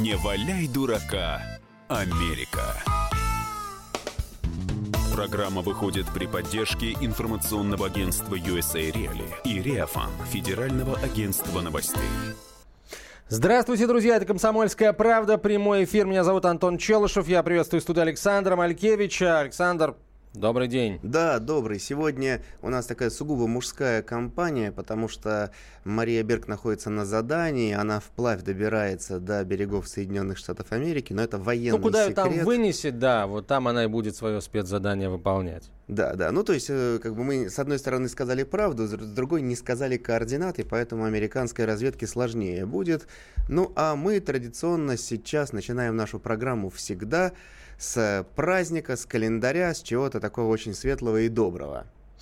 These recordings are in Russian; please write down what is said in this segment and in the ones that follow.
Не валяй дурака, Америка. Программа выходит при поддержке информационного агентства USA Reali и Реафан, Федерального агентства новостей. Здравствуйте, друзья, это «Комсомольская правда», прямой эфир. Меня зовут Антон Челышев, я приветствую в студии Александра Малькевича. Александр, добрый день. Да, добрый. Сегодня у нас такая сугубо мужская компания, потому что Мария Берг находится на задании, она вплавь добирается до берегов Соединенных Штатов Америки, но это военный секрет. Ну, куда ее там вынесет, да, вот там она и будет свое спецзадание выполнять. Да, ну то есть, как бы мы с одной стороны сказали правду, с другой не сказали координаты, поэтому американской разведке сложнее будет. Ну, а мы традиционно сейчас начинаем нашу программу всегда с праздника, с календаря, с чего-то такого очень светлого и доброго.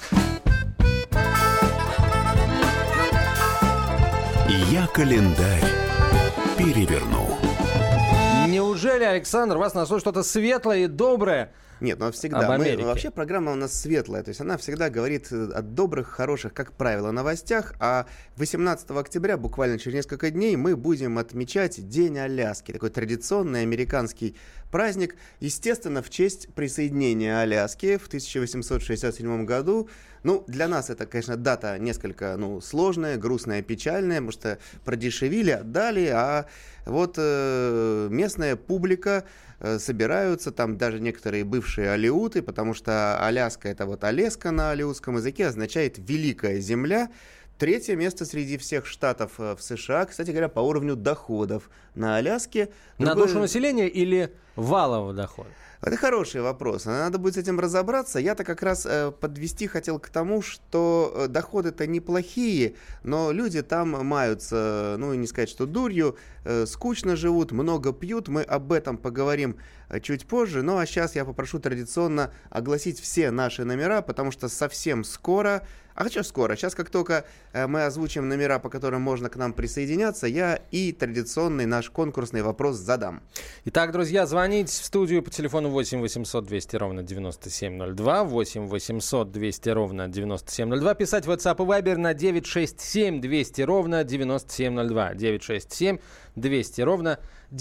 Я календарь переверну. Неужели, Александр, вас нашло что-то светлое и доброе? Нет, но всегда. Вообще программа у нас светлая, то есть она всегда говорит о добрых, хороших, как правило, новостях, а 18 октября, буквально через несколько дней, мы будем отмечать День Аляски, такой традиционный американский праздник, естественно, в честь присоединения Аляски в 1867 году. Ну, для нас это, конечно, дата несколько, сложная, грустная, печальная, потому что продешевили, отдали, а вот местная публика собираются, там даже некоторые бывшие алеуты, потому что Аляска, это вот Алеска на алеутском языке, означает «великая земля». Третье место среди всех штатов в США, кстати говоря, по уровню доходов на Аляске. На душу населения или валового дохода? Это хороший вопрос. Надо будет с этим разобраться. Я-то как раз подвести хотел к тому, что доходы-то неплохие, но люди там маются, не сказать, что дурью, скучно живут, много пьют. Мы об этом поговорим чуть позже. Ну а сейчас я попрошу традиционно огласить все наши номера, потому что совсем скоро... Сейчас как только мы озвучим номера, по которым можно к нам присоединяться, я и традиционный наш конкурсный вопрос задам. Итак, друзья, звоните в студию по телефону 8 800 200 ровно 9702, 8 800 200 ровно 9702, писать в WhatsApp и Viber на 967 200 ровно 9702, 967 200 ровно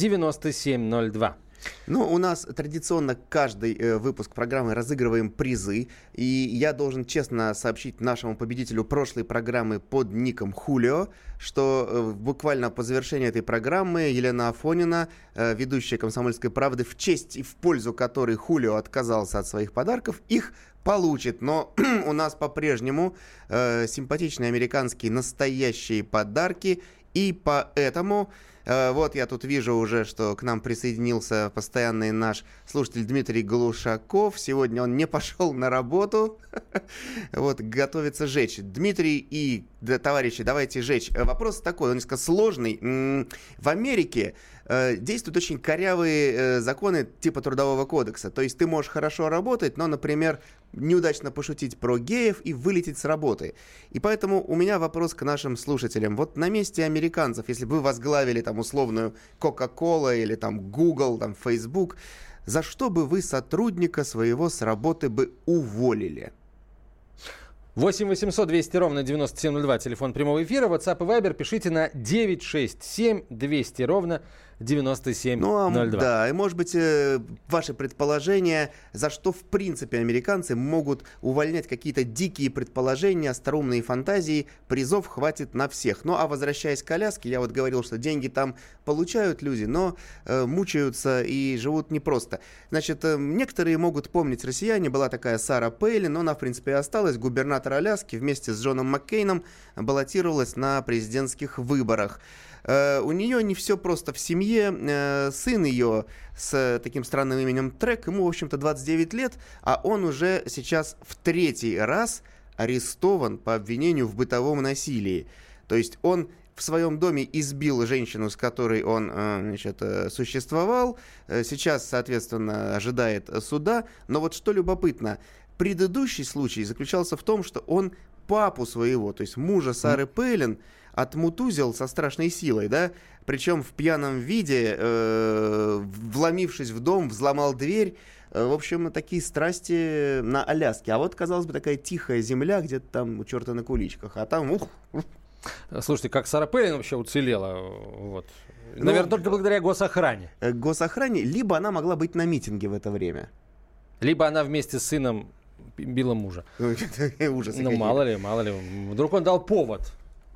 9702. У нас традиционно каждый выпуск программы разыгрываем призы, и я должен честно сообщить нашему победителю прошлой программы под ником Хулио, что буквально по завершении этой программы Елена Афонина, ведущая «Комсомольской правды», в честь и в пользу которой Хулио отказался от своих подарков, их получит. Но у нас по-прежнему симпатичные американские настоящие подарки, и поэтому... Вот я тут вижу уже, что к нам присоединился постоянный наш слушатель Дмитрий Глушаков. Сегодня он не пошел на работу. Вот, готовится жечь. Дмитрий и товарищи, давайте жечь. Вопрос такой, он несколько сложный. В Америке действуют очень корявые законы типа Трудового кодекса. То есть ты можешь хорошо работать, но, например, неудачно пошутить про геев и вылететь с работы. И поэтому у меня вопрос к нашим слушателям. Вот на месте американцев, если бы вы возглавили там условную Coca-Cola или там Google, там Facebook, за что бы вы сотрудника своего с работы бы уволили? 8 800 200 ровно 9702, телефон прямого эфира, WhatsApp и Viber, пишите на 967 200 ровно 9702. Да, и может быть ваши предположения, за что в принципе американцы могут увольнять какие-то дикие предположения, остроумные фантазии, призов хватит на всех. Ну а возвращаясь к Аляске, я вот говорил, что деньги там получают люди, но мучаются и живут непросто. Значит, некоторые могут помнить, россияне, была такая Сара Пейлин, но она в принципе и осталась, губернатор Аляски, вместе с Джоном Маккейном баллотировалась на президентских выборах. У нее не все просто в семье. Сын ее с таким странным именем Трек, ему, в общем-то, 29 лет, а он уже сейчас в третий раз арестован по обвинению в бытовом насилии. То есть он в своем доме избил женщину, с которой он существовал. Сейчас, соответственно, ожидает суда. Но вот что любопытно, предыдущий случай заключался в том, что он папу своего, то есть мужа Сары Пейлин, отмутузил со страшной силой, да, причем в пьяном виде, вломившись в дом, взломал дверь. В общем, такие страсти на Аляске. А вот, казалось бы, такая тихая земля, где-то там у черта на куличках, а там... Слушайте, как Сара Пейлин вообще уцелела, вот. Наверное, только благодаря госохране. Госохране, либо она могла быть на митинге в это время. Либо она вместе с сыном била мужа. Ужасы Ну, мало ли. Вдруг он дал повод.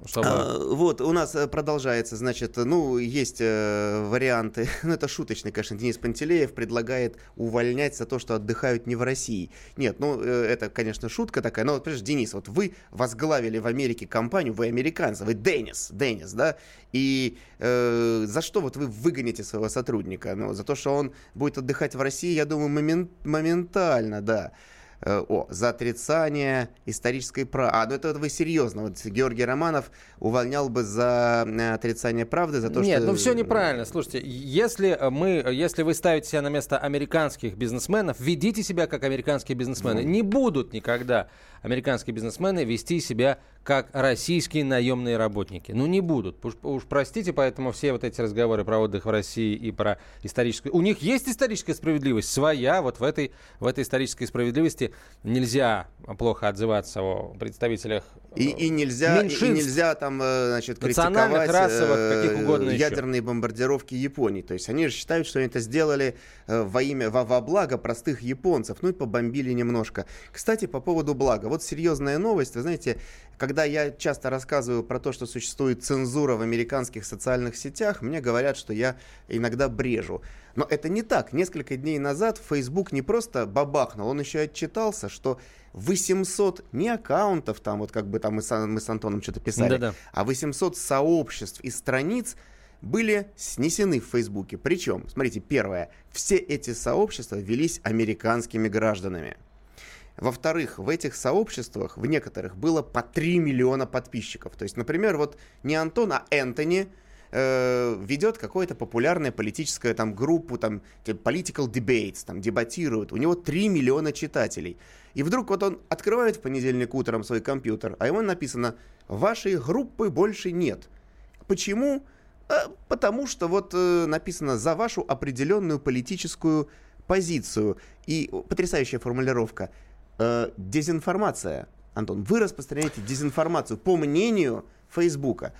Вот, у нас продолжается, значит, есть варианты, это шуточный, конечно, Денис Пантелеев предлагает увольнять за то, что отдыхают не в России. Нет, это, конечно, шутка такая, но, понимаешь, Денис, вот вы возглавили в Америке компанию, вы американцы, вы Денис, да, и за что вот вы выгоните своего сотрудника? За то, что он будет отдыхать в России, я думаю, моментально, да. За отрицание исторической правды. Это вы серьезно. Вот Георгий Романов увольнял бы за отрицание правды, за то, Нет, что... все неправильно. Слушайте, если вы ставите себя на место американских бизнесменов, ведите себя как американские бизнесмены. Не будут никогда американские бизнесмены вести себя как российские наемные работники. Не будут. Уж простите, поэтому все вот эти разговоры про отдых в России и про историческую... У них есть историческая справедливость своя. Вот в этой исторической справедливости нельзя плохо отзываться о представителях и нельзя там, значит, критиковать расовых, каких угодно ядерные бомбардировки Японии. То есть они же считают, что они это сделали во благо простых японцев. И побомбили немножко. Кстати, по поводу блага. Вот серьезная новость. Вы знаете, когда я часто рассказываю про то, что существует цензура в американских социальных сетях, мне говорят, что я иногда брежу. Но это не так. Несколько дней назад Facebook не просто бабахнул, он еще отчитался, что 800 не аккаунтов, там вот как бы там мы с Антоном что-то писали, а 800 сообществ и страниц были снесены в Фейсбуке. Причем, смотрите, первое, все эти сообщества велись американскими гражданами. Во-вторых, в этих сообществах, в некоторых, было по 3 миллиона подписчиков. То есть, например, вот не Антон, а Энтони ведет какую-то популярную политическую там группу, там, political debates, там, дебатирует. У него 3 миллиона читателей. И вдруг вот он открывает в понедельник утром свой компьютер, а ему написано: вашей группы больше нет. Почему? Потому что вот написано: за вашу определенную политическую позицию. И потрясающая формулировка. Дезинформация. Антон, вы распространяете дезинформацию по мнению Фейсбука.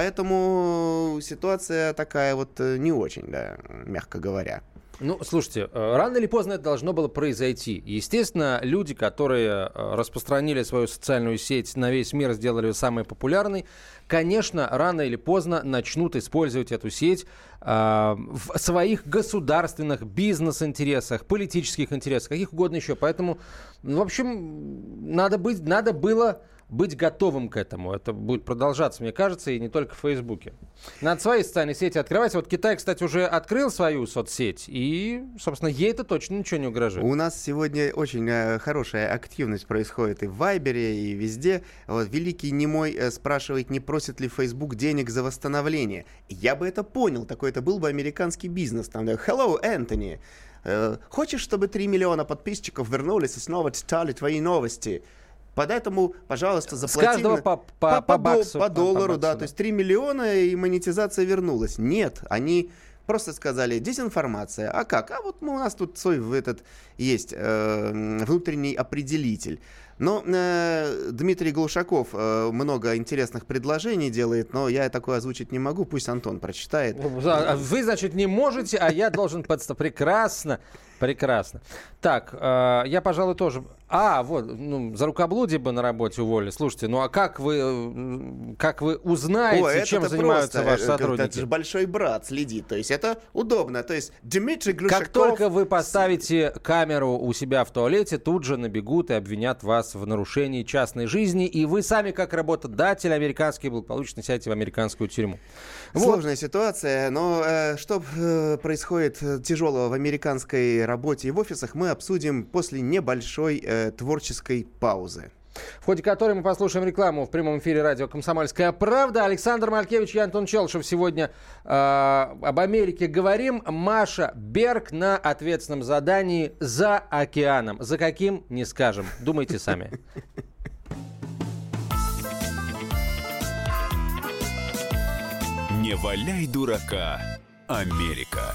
Поэтому ситуация такая вот не очень, да, мягко говоря. Слушайте, рано или поздно это должно было произойти. Естественно, люди, которые распространили свою социальную сеть на весь мир, сделали ее самой популярной, конечно, рано или поздно начнут использовать эту сеть в своих государственных бизнес-интересах, политических интересах, каких угодно еще. Поэтому, в общем, надо было быть готовым к этому. Это будет продолжаться, мне кажется, и не только в Фейсбуке. Надо свои социальные сети открывать. Вот Китай, кстати, уже открыл свою соцсеть, и, собственно, ей это точно ничего не угрожает. У нас сегодня очень хорошая активность происходит и в Вайбере, и везде. Вот, Великий Немой спрашивает, не просит ли Facebook денег за восстановление. Я бы это понял, такой это был бы американский бизнес. Там, hello, Энтони. Хочешь, чтобы 3 миллиона подписчиков вернулись и снова читали твои новости? Поэтому, пожалуйста, заплати... С каждого по баксу. По доллару, да. То есть 3 миллиона, и монетизация вернулась. Нет, они просто сказали: дезинформация. А как? А вот у нас тут свой есть внутренний определитель. Но Дмитрий Глушаков много интересных предложений делает, но я такое озвучить не могу. Пусть Антон прочитает. Вы, значит, не можете, а я должен подставить. Прекрасно. Так, я, пожалуй, тоже... за рукоблудие бы на работе уволили. Слушайте, а как вы узнаете, чем занимаются ваши сотрудники? Это же большой брат следит. То есть это удобно. То есть Дмитрий Глушаков... Как только вы поставите камеру у себя в туалете, тут же набегут и обвинят вас в нарушении частной жизни, и вы сами, как работодатель американский, благополучно сядете в американскую тюрьму. Сложная ситуация, но что происходит тяжелого в американской работе и в офисах, мы обсудим после небольшой творческой паузы, в ходе которой мы послушаем рекламу в прямом эфире радио «Комсомольская правда». Александр Малькевич и Антон Челшев сегодня об Америке говорим. Маша Берг на ответственном задании за океаном. За каким, не скажем. Думайте сами. Не валяй дурака, Америка.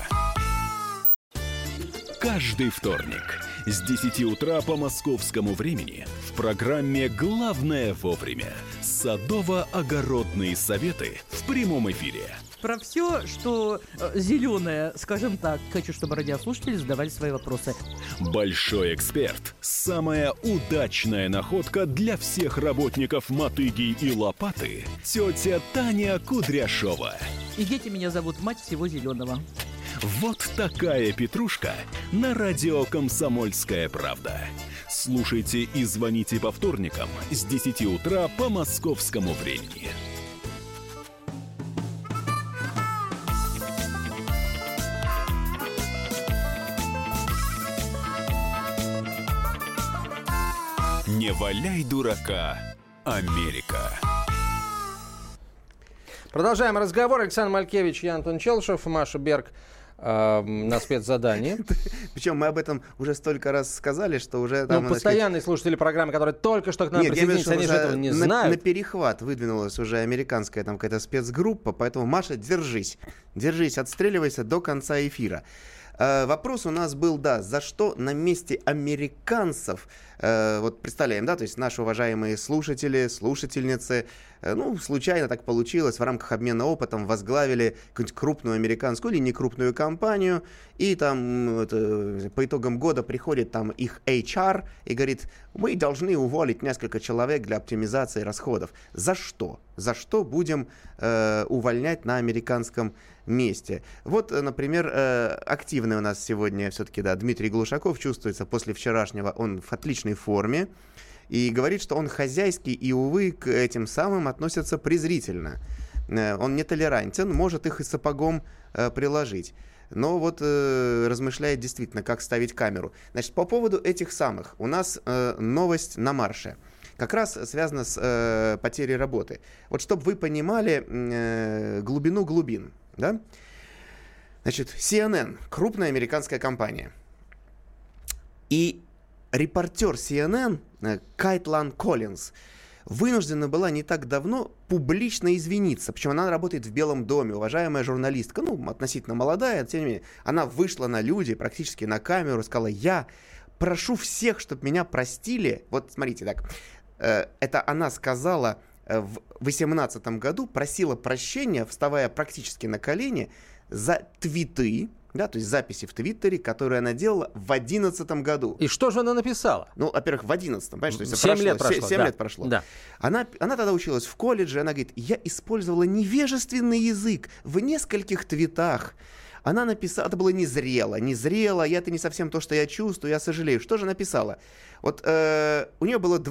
Каждый вторник с 10 утра по московскому времени в программе «Главное вовремя» садово-огородные советы в прямом эфире. про все, что зеленое, скажем так. Хочу, чтобы радиослушатели задавали свои вопросы. Большой эксперт. Самая удачная находка для всех работников «Мотыги» и «Лопаты». Тетя Таня Кудряшова. И дети меня зовут мать всего зеленого. Вот такая петрушка на радио «Комсомольская правда». Слушайте и звоните по вторникам с 10 утра по московскому времени. Не валяй дурака, Америка. Продолжаем разговор. Александр Малькевич и Антон Челшев, Маша Берг на спецзадании. Причем мы об этом уже столько раз сказали, что уже... там, постоянные слушатели программы, которые только что к нам присоединились, они же этого не знают. На перехват выдвинулась уже американская там какая-то спецгруппа, поэтому, Маша, держись. Держись, отстреливайся до конца эфира. Вопрос у нас был, да, за что на месте американцев, вот представляем, да, то есть наши уважаемые слушатели, слушательницы, случайно так получилось, в рамках обмена опытом возглавили какую-нибудь крупную американскую или некрупную компанию, и там по итогам года приходит там их HR и говорит, мы должны уволить несколько человек для оптимизации расходов. За что? За что будем увольнять на американском месте? Вот, например, активный у нас сегодня все-таки, да, Дмитрий Глушаков чувствуется после вчерашнего, он в отличной форме, и говорит, что он хозяйский и, увы, к этим самым относится презрительно. Он нетолерантен, может их и сапогом приложить. Но вот размышляет действительно, как ставить камеру. Значит, по поводу этих самых, у нас новость на марше. Как раз связано с потерей работы. Вот чтобы вы понимали глубину глубин, да? Значит, CNN, крупная американская компания. И репортер CNN Кайтлан Коллинз вынуждена была не так давно публично извиниться. Причем она работает в Белом доме, уважаемая журналистка, относительно молодая, тем не менее. Она вышла на люди, практически на камеру, сказала, я прошу всех, чтобы меня простили. Вот смотрите, так, это она сказала в 2018 году, просила прощения, вставая практически на колени, за твиты, да, то есть записи в Твиттере, которые она делала в 2011 году. И что же она написала? Во-первых, в 2011, понимаешь, то есть 7 лет прошло. 7 лет прошло. Да. Она тогда училась в колледже, она говорит, я использовала невежественный язык в нескольких твитах. Она написала, это было незрело, это не совсем то, что я чувствую, я сожалею. Что же написала? Вот у нее было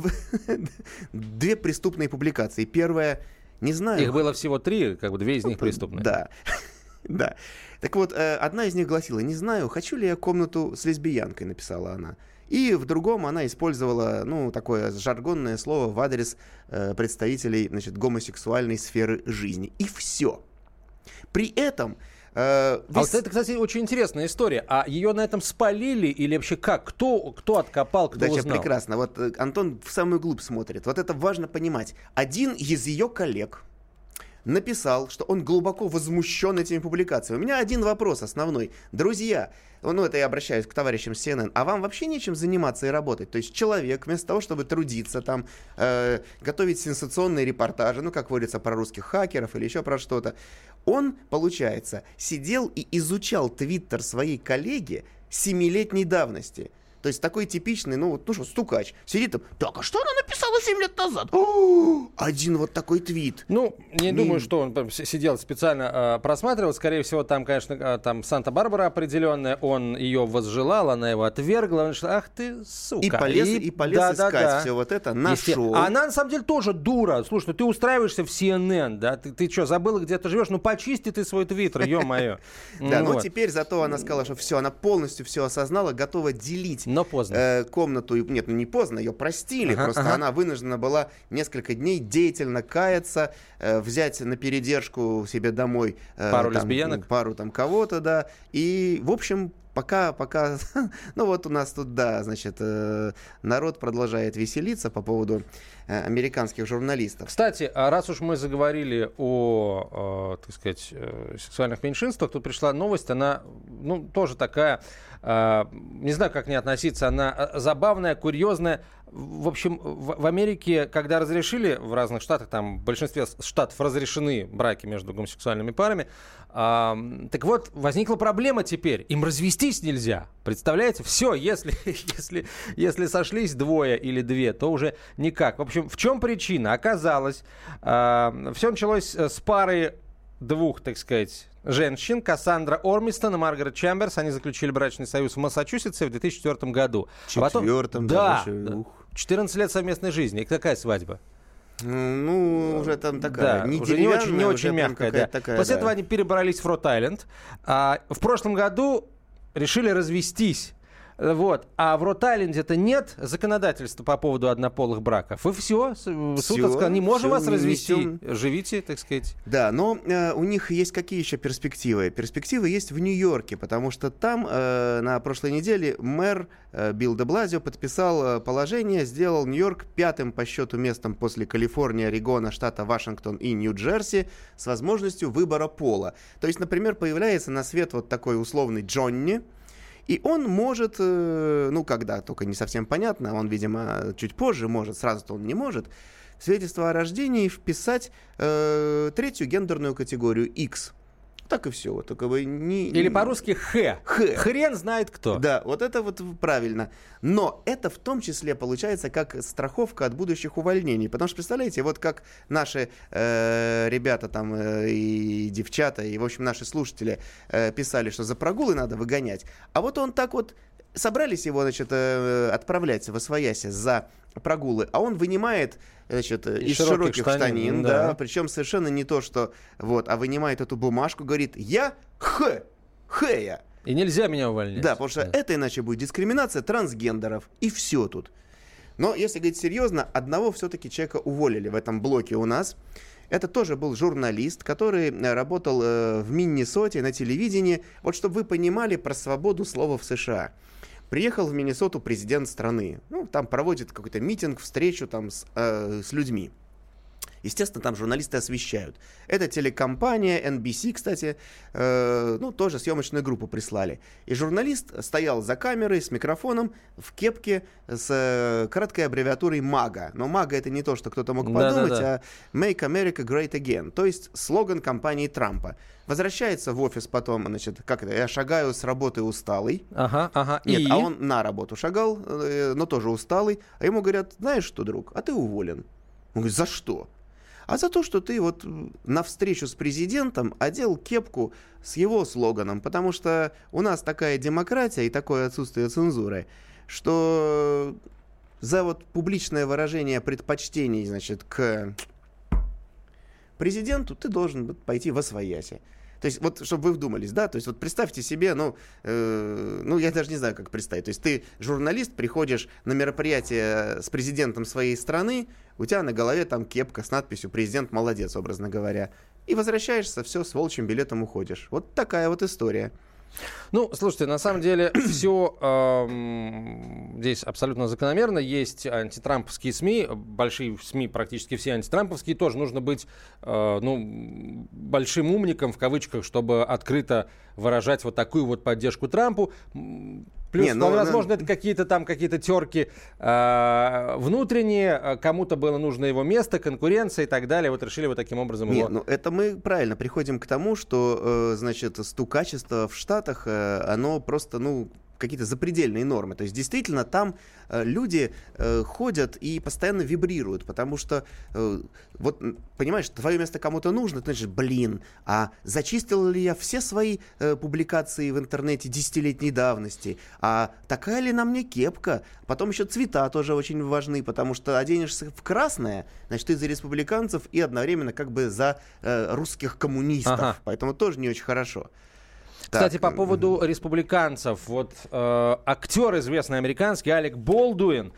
две преступные публикации. Первая, не знаю... Их было всего 3, как бы 2 из них преступные. Да. Да. Так вот, одна из них гласила, не знаю, хочу ли я комнату с лесбиянкой, написала она. И в другом она использовала, такое жаргонное слово в адрес представителей, гомосексуальной сферы жизни. И все. При этом... вот это, кстати, очень интересная история. А ее на этом спалили или вообще как? Кто откопал, кто узнал? Да, прекрасно. Вот Антон в самую глубь смотрит. Вот это важно понимать. Один из ее коллег написал, что он глубоко возмущен этими публикациями. У меня один вопрос основной. Друзья, это я обращаюсь к товарищам с CNN, а вам вообще нечем заниматься и работать? То есть человек вместо того, чтобы трудиться там, готовить сенсационные репортажи, как говорится, про русских хакеров или еще про что-то, он, получается, сидел и изучал твиттер своей коллеги 7-летней давности. То есть такой типичный, стукач. Сидит там, так, а что она написала 7 лет назад? Один вот такой твит. Не думаю, что он сидел специально просматривал. Скорее всего, там, конечно, там Санта-Барбара определенная. Он ее возжелал, она его отвергла. Он сказал, ах ты, сука. И полез искать все вот это, нашел. А она, на самом деле, тоже дура. Слушай, ты устраиваешься в CNN, да? Ты что, забыла, где ты живешь? Почисти ты свой твиттер, ё-моё. Да, теперь зато она сказала, что все, она полностью все осознала, готова делить. Но поздно. Комнату. Нет, не поздно, ее простили. Просто она вынуждена была несколько дней деятельно каяться, взять на передержку себе домой пару лесбиянок, пару там кого-то, да. И, в общем, пока, у нас тут, да, народ продолжает веселиться по поводу американских журналистов. Кстати, раз уж мы заговорили о, так сказать, сексуальных меньшинствах, тут пришла новость, она, тоже такая не знаю, как к ней относиться, она забавная, курьезная. В общем, в Америке, когда разрешили в разных штатах, там в большинстве штатов разрешены браки между гомосексуальными парами, так вот, возникла проблема теперь. Им развестись нельзя. Представляете? Все, если сошлись двое или две, то уже никак. В общем, в чем причина? Оказалось, все началось с пары двух, так сказать, женщин, Кассандра Ормистон и Маргарет Чемберс. Они заключили брачный союз в Массачусетсе в 2004 году. Четвертом, да, 14 лет совместной жизни. И какая свадьба? Ну, уже там такая, да, не уже деревянная, не очень мягкая. Да. Такая, После да. этого они перебрались в Рот-Айленд. В прошлом году решили развестись. Вот. А в Рот-Айленде-то нет законодательства по поводу однополых браков. И все. Суд сказал, не можем вас развести. Живите, так сказать. Да, но у них есть какие еще перспективы? Перспективы есть в Нью-Йорке, потому что там на прошлой неделе мэр Билл де Блазио подписал положение, сделал Нью-Йорк пятым по счету местом после Калифорнии, Орегона, штата Вашингтон и Нью-Джерси с возможностью выбора пола. То есть, например, появляется на свет вот такой условный Джонни, и он может, ну, когда, только не совсем понятно, он, видимо, чуть позже может, сразу-то он не может, в свидетельство о рождении вписать третью гендерную категорию X. Так и все. Вот, как бы Или по-русски Х. Хрен знает кто. Да, вот это вот правильно. Но это в том числе получается как страховка от будущих увольнений. Потому что, представляете, вот как наши ребята там и девчата, и, в общем, наши слушатели писали, что за прогулы надо выгонять. А вот он так вот собрались его, значит, отправлять в освояси за прогулы, а он вынимает, значит, из широких штанин, да, причем совершенно не то, что вот, а вынимает эту бумажку, говорит, я Хэя. И нельзя меня увольнять. Да, потому что это иначе будет дискриминация трансгендеров, и все тут. Но, если говорить серьезно, одного все-таки человека уволили в этом блоке у нас. Это тоже был журналист, который работал в Миннесоте на телевидении. Вот чтобы вы понимали про свободу слова в США. Приехал в Миннесоту президент страны. Ну, там проводит какой-то митинг, встречу там с людьми. Естественно, там журналисты освещают. Это телекомпания, NBC, кстати, ну, тоже съемочную группу прислали. И журналист стоял за камерой с микрофоном в кепке с краткой аббревиатурой MAGA. Но MAGA — это не то, что кто-то мог подумать, а Make America Great Again. То есть слоган кампании Трампа. Возвращается в офис потом, значит, как это, я шагаю с работы усталый. Ага. Нет, а он на работу шагал, но тоже усталый. А ему говорят, знаешь что, друг, а ты уволен. Он говорит, за что? А за то, что ты вот на встречу с президентом одел кепку с его слоганом, потому что у нас такая демократия и такое отсутствие цензуры, что за вот публичное выражение предпочтений, значит, к президенту ты должен пойти восвояси. То есть, вот, чтобы вы вдумались, да, то есть, вот представьте себе, я даже не знаю, как представить. То есть, ты журналист, приходишь на мероприятие с президентом своей страны, у тебя на голове там кепка с надписью «Президент молодец», образно говоря, и возвращаешься, все, с волчьим билетом уходишь. Вот такая вот история. Ну, слушайте, на самом деле все здесь абсолютно закономерно. Есть антитрамповские СМИ, большие СМИ, практически все антитрамповские. Тоже нужно быть большим умником, в кавычках, чтобы открыто выражать вот такую вот поддержку Трампу. Плюс, возможно, это какие-то терки внутренние, кому-то было нужно его место, конкуренция и так далее. Вот решили вот таким образом его... это мы правильно приходим к тому, что, значит, стукачество в Штатах, оно просто, какие-то запредельные нормы. То есть, действительно, там люди ходят и постоянно вибрируют, потому что, вот, понимаешь, твое место кому-то нужно, ты значит, а зачистил ли я все свои публикации в интернете 10-летней давности? А такая ли на мне кепка? Потом еще цвета тоже очень важны, потому что оденешься в красное, значит, ты за республиканцев и одновременно как бы за русских коммунистов. Ага. Поэтому тоже не очень хорошо. Кстати, по поводу республиканцев. Вот актер известный американский Алек Болдуин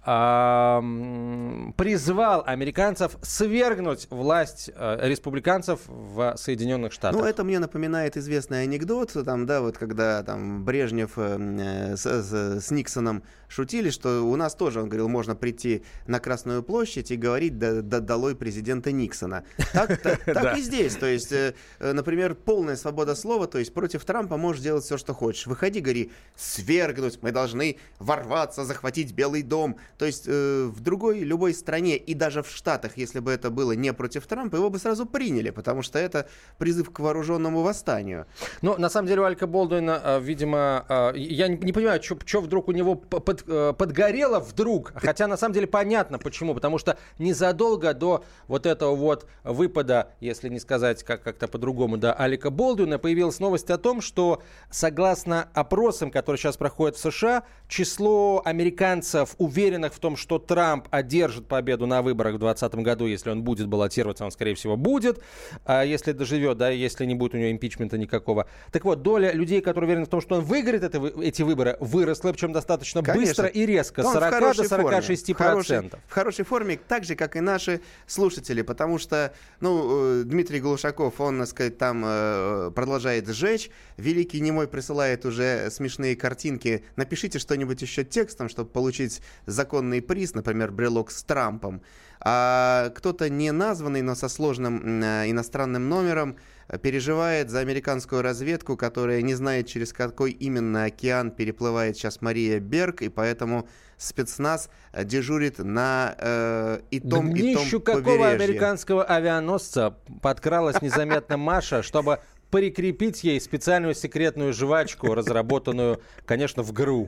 призвал американцев свергнуть власть республиканцев в Соединенных Штатах. Ну, это мне напоминает известный анекдот, там, да, вот когда там Брежнев с Никсоном шутили, что у нас тоже, он говорил, можно прийти на Красную площадь и говорить «долой президента Никсона». Так и здесь. То есть, например, полная свобода слова, то есть против Трампа можешь делать все, что хочешь. Выходи, говори «свергнуть, мы должны ворваться, захватить Белый дом». То есть в другой, любой стране, и даже в Штатах, если бы это было не против Трампа, его бы сразу приняли, потому что это призыв к вооруженному восстанию. Ну, на самом деле, у Алека Болдуина, видимо, я не понимаю, что вдруг у него подгорело вдруг, хотя на самом деле понятно почему, потому что незадолго до вот этого вот выпада, если не сказать как-то по-другому, да, Алека Болдуина, появилась новость о том, что согласно опросам, которые сейчас проходят в США, число американцев, уверенных в том, что Трамп одержит победу на выборах в 2020 году, если он будет баллотироваться, он, скорее всего, будет, если доживет, да, если не будет у него импичмента никакого. Так вот, доля людей, которые уверены в том, что он выиграет эти выборы, выросла, причем достаточно быстро и резко, с 40 до 46%. В хорошей форме, так же, как и наши слушатели, потому что, Дмитрий Глушаков, он, так сказать, там продолжает сжечь, Великий Немой присылает уже смешные картинки, напишите что-нибудь еще текстом, чтобы получить законный приз, например, брелок с Трампом. А кто-то не названный, но со сложным иностранным номером переживает за американскую разведку, которая не знает, через какой именно океан переплывает сейчас Мария Берг, и поэтому спецназ дежурит на и том побережье. Какого американского авианосца подкралась незаметно Маша, чтобы прикрепить ей специальную секретную жвачку, разработанную, конечно, в ГРУ.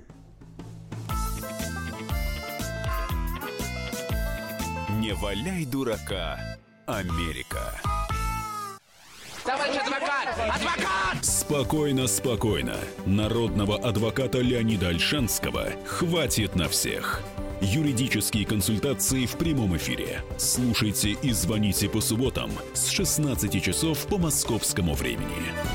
Не валяй дурака, Америка. Товарищ адвокат! Адвокат! Спокойно, спокойно. Народного адвоката Леонида Ольшанского хватит на всех. Юридические консультации в прямом эфире. Слушайте и звоните по субботам с 16 часов по московскому времени.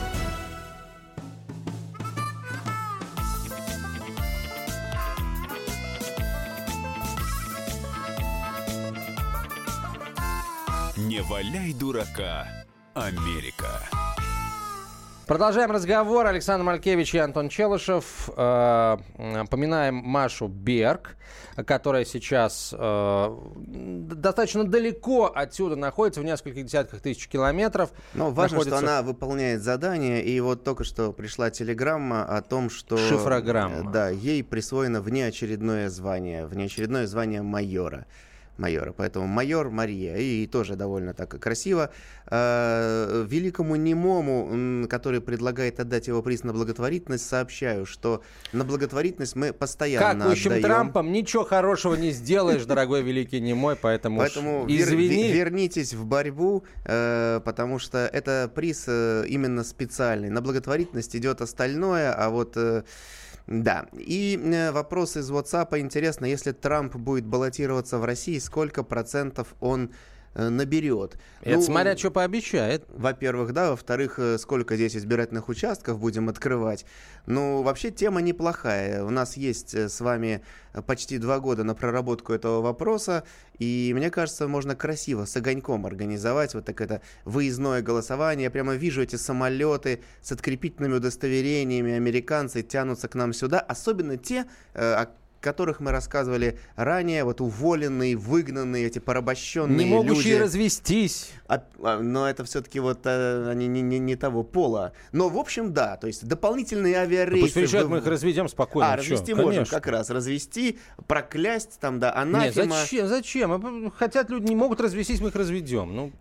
Не валяй дурака, Америка. Продолжаем разговор. Александр Малькевич и Антон Челышев. Поминаем Машу Берг, которая сейчас достаточно далеко отсюда находится, в нескольких десятках тысяч километров. Но важно, что она выполняет задание, и вот только что пришла телеграмма о том, что... Шифрограмма. Да, ей присвоено внеочередное звание майора. Поэтому майор Мария, и тоже довольно так красиво. Великому немому, который предлагает отдать его приз на благотворительность, сообщаю, что на благотворительность мы постоянно как отдаем. Трампом ничего хорошего не сделаешь, дорогой великий немой, поэтому извини. Вернитесь в борьбу, потому что это приз именно специальный. На благотворительность идет остальное, а вот... Да, и вопрос из WhatsApp. Интересно, если Трамп будет баллотироваться в России, сколько процентов он наберет? Это смотря, что пообещает. Во-первых, да. Во-вторых, сколько здесь избирательных участков будем открывать. Вообще тема неплохая. У нас есть с вами почти 2 года на проработку этого вопроса. И мне кажется, можно красиво с огоньком организовать вот так это выездное голосование. Я прямо вижу эти самолеты с открепительными удостоверениями. Американцы тянутся к нам сюда. Особенно те, о которых мы рассказывали ранее, вот уволенные, выгнанные, эти порабощенные люди. Не могущие развестись. Но это все-таки вот они не того пола. Но, в общем, да, то есть дополнительные авиарейсы... Пусть приезжают, мы их разведем спокойно. Развести можем как раз. Развести, проклясть, там, да, анафема. Нет, зачем? Хотят люди, не могут развестись, мы их разведем.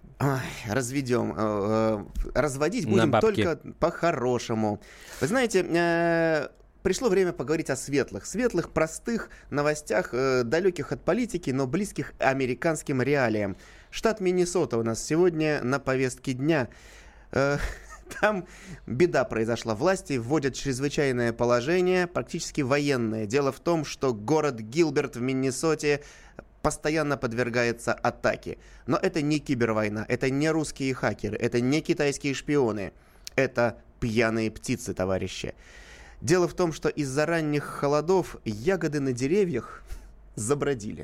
Разведем. Разводить будем только по-хорошему. Вы знаете... Пришло время поговорить о светлых, простых новостях, далеких от политики, но близких американским реалиям. Штат Миннесота у нас сегодня на повестке дня. Там беда произошла. Власти вводят чрезвычайное положение, практически военное. Дело в том, что город Гилберт в Миннесоте постоянно подвергается атаке. Но это не кибервойна, это не русские хакеры, это не китайские шпионы. Это пьяные птицы, товарищи. Дело в том, что из-за ранних холодов ягоды на деревьях забродили.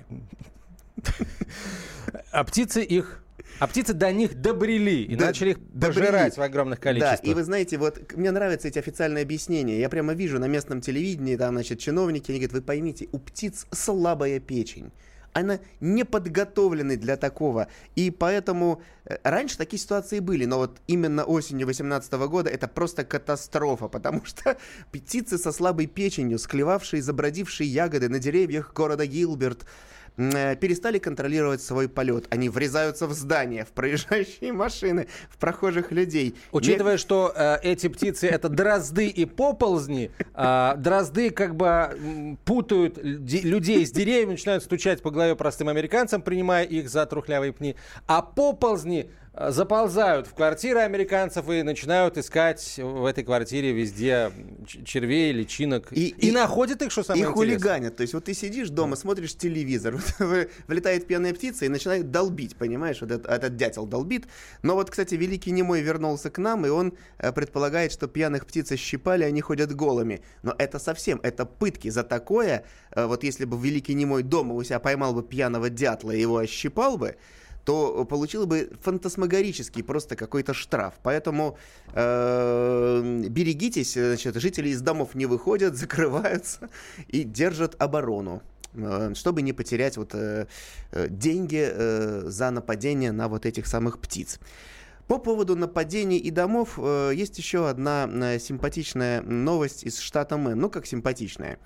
А птицы до них добрели и начали их пожирать в огромных количествах. Да, и вы знаете, вот мне нравятся эти официальные объяснения. Я прямо вижу на местном телевидении, там, значит, чиновники, они говорят, вы поймите, у птиц слабая печень. Она не подготовлены для такого. И поэтому раньше такие ситуации были, но вот именно осенью 2018 года это просто катастрофа, потому что птицы со слабой печенью, склевавшие, забродившие ягоды на деревьях города Гилберт, перестали контролировать свой полет. Они врезаются в здания, в проезжающие машины, в прохожих людей. Учитывая, что эти птицы — это дрозды и поползни, дрозды как бы путают людей с деревьями, начинают стучать по голове простым американцам, принимая их за трухлявые пни, а поползни заползают в квартиры американцев и начинают искать в этой квартире везде червей, личинок. И находят их, что самое интересное. И хулиганят. То есть вот ты сидишь дома, смотришь телевизор, влетает пьяная птица и начинает долбить, понимаешь? Вот этот дятел долбит. Но вот, кстати, Великий Немой вернулся к нам, и он предполагает, что пьяных птиц щипали, они ходят голыми. Но это совсем, это пытки. За такое, вот если бы Великий Немой дома у себя поймал бы пьяного дятла и его ощипал бы, то получил бы фантасмагорический просто какой-то штраф. Поэтому берегитесь, значит, жители из домов не выходят, закрываются и держат оборону, чтобы не потерять вот, деньги за нападение на вот этих самых птиц. По поводу нападений и домов есть еще одна симпатичная новость из штата Мэн. Ну, как симпатичная.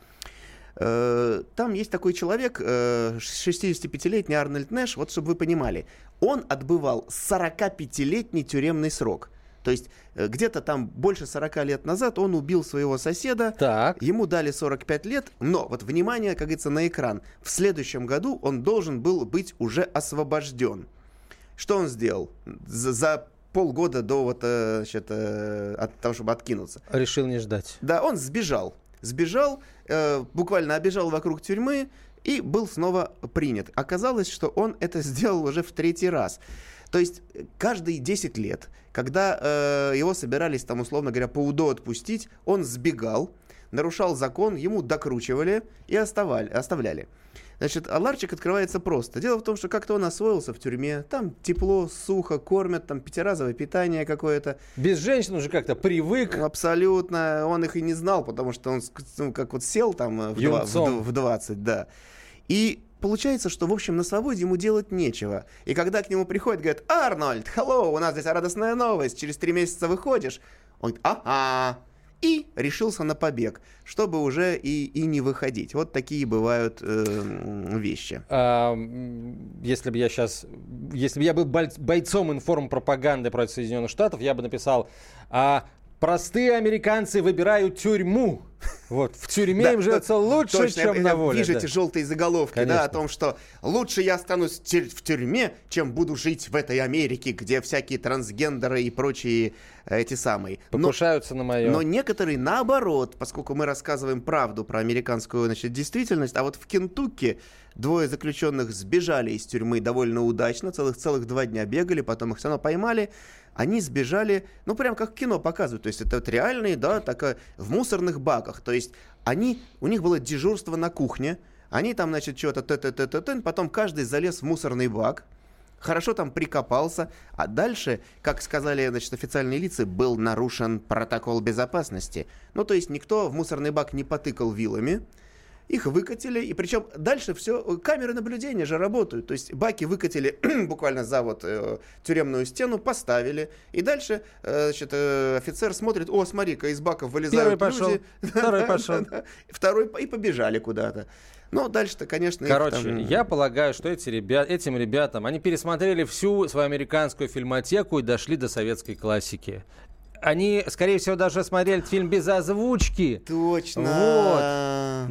Там есть такой человек, 65-летний Арнольд Нэш, вот чтобы вы понимали, он отбывал 45-летний тюремный срок. То есть где-то там больше 40 лет назад он убил своего соседа, так. Ему дали 45 лет, но вот внимание, как говорится, на экран, в следующем году он должен был быть уже освобожден. Что он сделал? За полгода до вот, значит, от того, чтобы откинуться. Решил не ждать. Да, он сбежал, буквально обежал вокруг тюрьмы и был снова принят. Оказалось, что он это сделал уже в 3-й раз. То есть каждые 10 лет, когда его собирались, там, условно говоря, по УДО отпустить, он сбегал, нарушал закон, ему докручивали и оставляли. Значит, а ларчик открывается просто. Дело в том, что как-то он освоился в тюрьме. Там тепло, сухо, кормят, там пятиразовое питание какое-то. Без женщин уже как-то привык. Абсолютно. Он их и не знал, потому что он, ну, как вот сел там в 20, да. И получается, что, в общем, на свободе ему делать нечего. И когда к нему приходят, говорят: «Арнольд, hello, у нас здесь радостная новость, через 3 месяца выходишь». Он говорит: «Ага». И решился на побег, чтобы уже и не выходить. Вот такие бывают вещи. Если бы я был бойцом информпропаганды против Соединенных Штатов, я бы написал: простые американцы выбирают тюрьму. Вот, в тюрьме им живется лучше, точно, чем на воле. Вижу эти желтые заголовки, да, о том, что лучше я останусь в тюрьме, чем буду жить в этой Америке, где всякие трансгендеры и прочие эти самые. Покушаются на мое. Но некоторые наоборот, поскольку мы рассказываем правду про американскую, значит, действительность, а вот в Кентукки 2 заключенных сбежали из тюрьмы довольно удачно, целых 2 дня бегали, потом их все равно поймали. Они сбежали, ну, прям как в кино показывают. То есть это вот реальные, да, так, в мусорных баках. То есть у них было дежурство на кухне. Они там, значит, что-то потом каждый залез в мусорный бак. Хорошо там прикопался. А дальше, как сказали, значит, официальные лица, был нарушен протокол безопасности. Ну, то есть никто в мусорный бак не потыкал вилами. Их выкатили, и причем дальше все, камеры наблюдения же работают. То есть баки выкатили буквально за вот тюремную стену, поставили, и дальше, значит, офицер смотрит: «О, смотри-ка, из баков вылезают люди». Второй пошел. Второй, и побежали куда-то. Ну, дальше-то, конечно... Короче, я полагаю, что этим ребятам, они пересмотрели всю свою американскую фильмотеку и дошли до советской классики. Они, скорее всего, даже смотрели фильм без озвучки. Точно. Вот.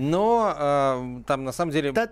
Но там, на самом деле...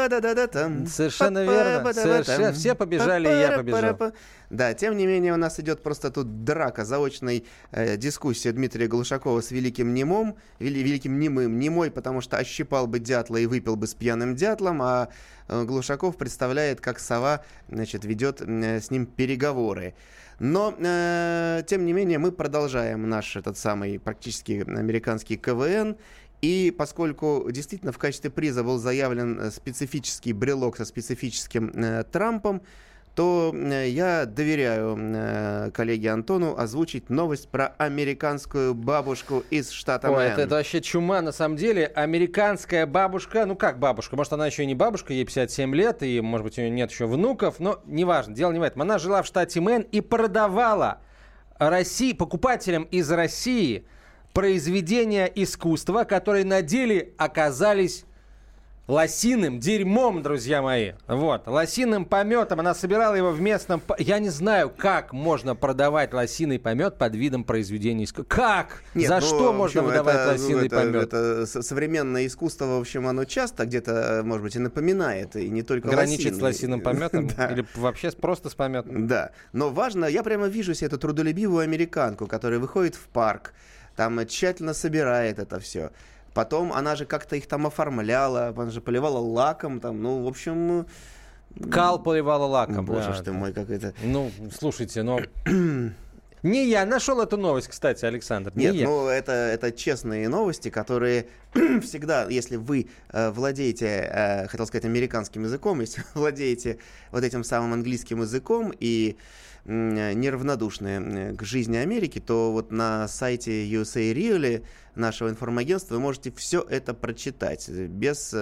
Совершенно верно. Совершенно. Все побежали, и я побежал. Да, тем не менее, у нас идет просто тут драка, заочная дискуссия Дмитрия Глушакова с Великим Немым. Великим Немым. Немой, потому что ощипал бы дятла и выпил бы с пьяным дятлом, а Глушаков представляет, как сова, значит, ведет с ним переговоры. Но, тем не менее, мы продолжаем наш этот самый практически американский КВН. И поскольку действительно в качестве приза был заявлен специфический брелок со специфическим Трампом, то я доверяю коллеге Антону озвучить новость про американскую бабушку из штата Мэн. Это вообще чума, на самом деле. Американская бабушка, ну как бабушка, может, она еще и не бабушка, ей 57 лет, и, может быть, у нее нет еще внуков, но неважно, дело не в этом. Она жила в штате Мэн и продавала покупателям из России произведения искусства, которые на деле оказались лосиным дерьмом, друзья мои. Вот, лосиным пометом. Она собирала его в местном... Я не знаю, как можно продавать лосиный помет под видом произведения искусства. Как? Нет, За что можно выдавать лосиный помет? Это современное искусство, в общем, оно часто где-то, может быть, и напоминает, и не только граничит с лосиным пометом? Или вообще просто с пометом? Да. Но важно, я прямо вижу себе эту трудолюбивую американку, которая выходит в парк, там тщательно собирает это все. Потом она же как-то их там оформляла, она же поливала лаком, там, ну, в общем... Кал поливала лаком. Боже ж ты мой, как это... Ну, слушайте, не я нашел эту новость, кстати, Александр. Нет, ну это честные новости, которые всегда, если вы владеете, хотел сказать, американским языком, если владеете вот этим самым английским языком и неравнодушны к жизни Америки, то вот на сайте USA Really, нашего информагентства, вы можете все это прочитать без...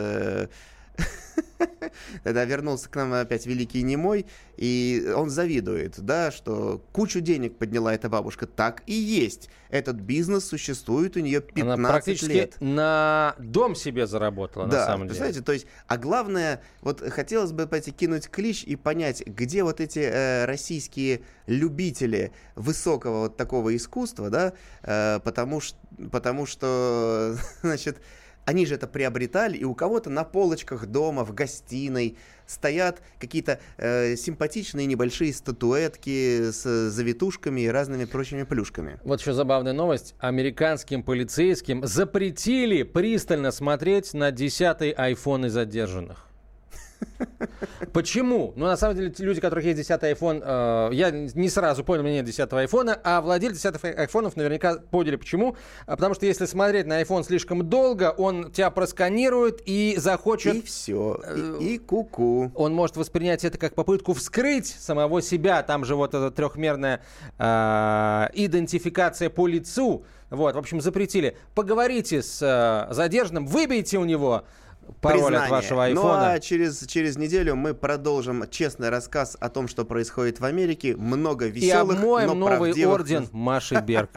Тогда вернулся к нам опять великий немой, и он завидует, да, что кучу денег подняла эта бабушка. Так и есть. Этот бизнес существует у нее 15 лет. Она практически на дом себе заработала, да, на самом деле. Представляете, то есть, а главное, вот хотелось бы, пойти кинуть клич и понять, где вот эти российские любители высокого вот такого искусства, да, потому что, значит, они же это приобретали, и у кого-то на полочках дома, в гостиной стоят какие-то симпатичные небольшие статуэтки с завитушками и разными прочими плюшками. Вот еще забавная новость. Американским полицейским запретили пристально смотреть на 10-й айфон из задержанных. Почему? Ну, на самом деле, люди, у которых есть 10-й iPhone, я не сразу понял, у меня нет 10-го айфона, а владельцы 10-х айфонов наверняка поняли, почему. Потому что если смотреть на iPhone слишком долго, он тебя просканирует и захочет... И все, и ку-ку. Он может воспринять это как попытку вскрыть самого себя. Там же вот эта трехмерная идентификация по лицу. Вот, в общем, запретили. Поговорите с задержанным, выбейте у него... пароль признание. От вашего айфона. Ну а через неделю мы продолжим честный рассказ о том, что происходит в Америке. Много веселых, и обмоем но новый правдивых... орден Маши Берг.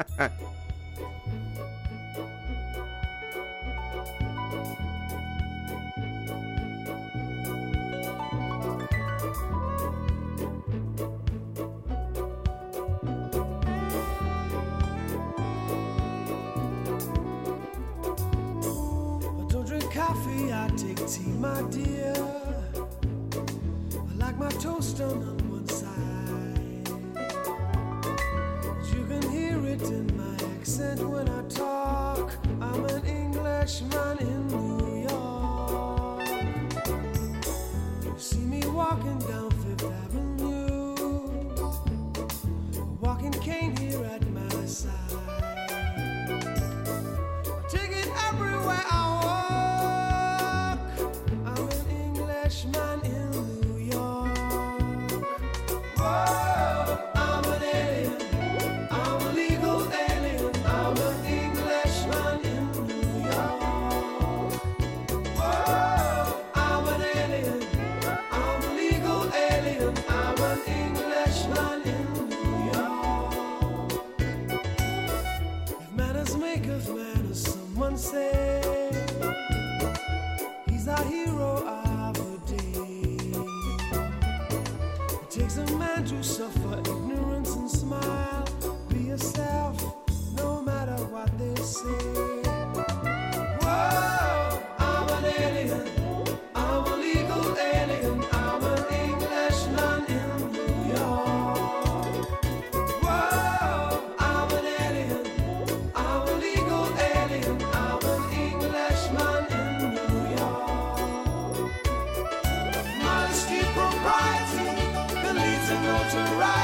Tea, my dear, I like my toast on one side. You can hear it in my accent when I talk. I'm an Englishman in New York. You see me walking down Fifth Avenue, a walking cane here at my side. I take it everywhere I man in New York. Whoa, I'm an alien, I'm a legal alien, I'm an Englishman in New York. Whoa, I'm an alien, I'm a legal alien, I'm an Englishman in New York. If manners make of manners, someone say, he's our hero. Takes a man to suffer ignorance and smile. Be yourself, no matter what they say. Whoa, I'm an alien, I'm a legal alien, I'm an Englishman in New York. Whoa, I'm an alien, I'm a legal alien, I'm an Englishman in New York. Modesty, propriety, leads to notoriety.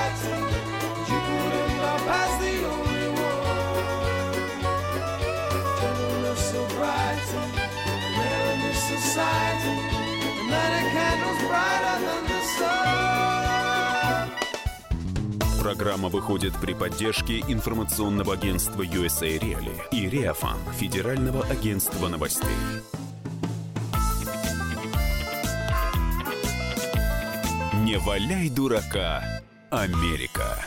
Программа выходит при поддержке информационного агентства USA Reali и Реафан, Федерального агентства новостей. Не валяй дурака, Америка.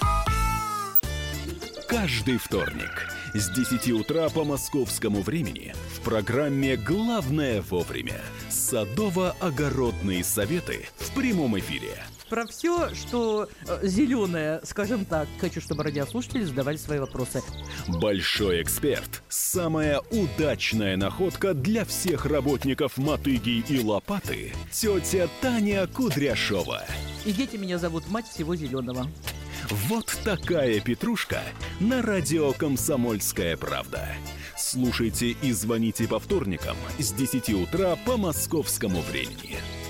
Каждый вторник с 10 утра по московскому времени в программе «Главное вовремя» садово-огородные советы в прямом эфире. Про все, что зеленое, скажем так. Хочу, чтобы радиослушатели задавали свои вопросы. Большой эксперт. Самая удачная находка для всех работников мотыги и лопаты. Тетя Таня Кудряшова. И дети меня зовут мать всего зеленого. Вот такая петрушка на радио «Комсомольская правда». Слушайте и звоните по вторникам с 10 утра по московскому времени.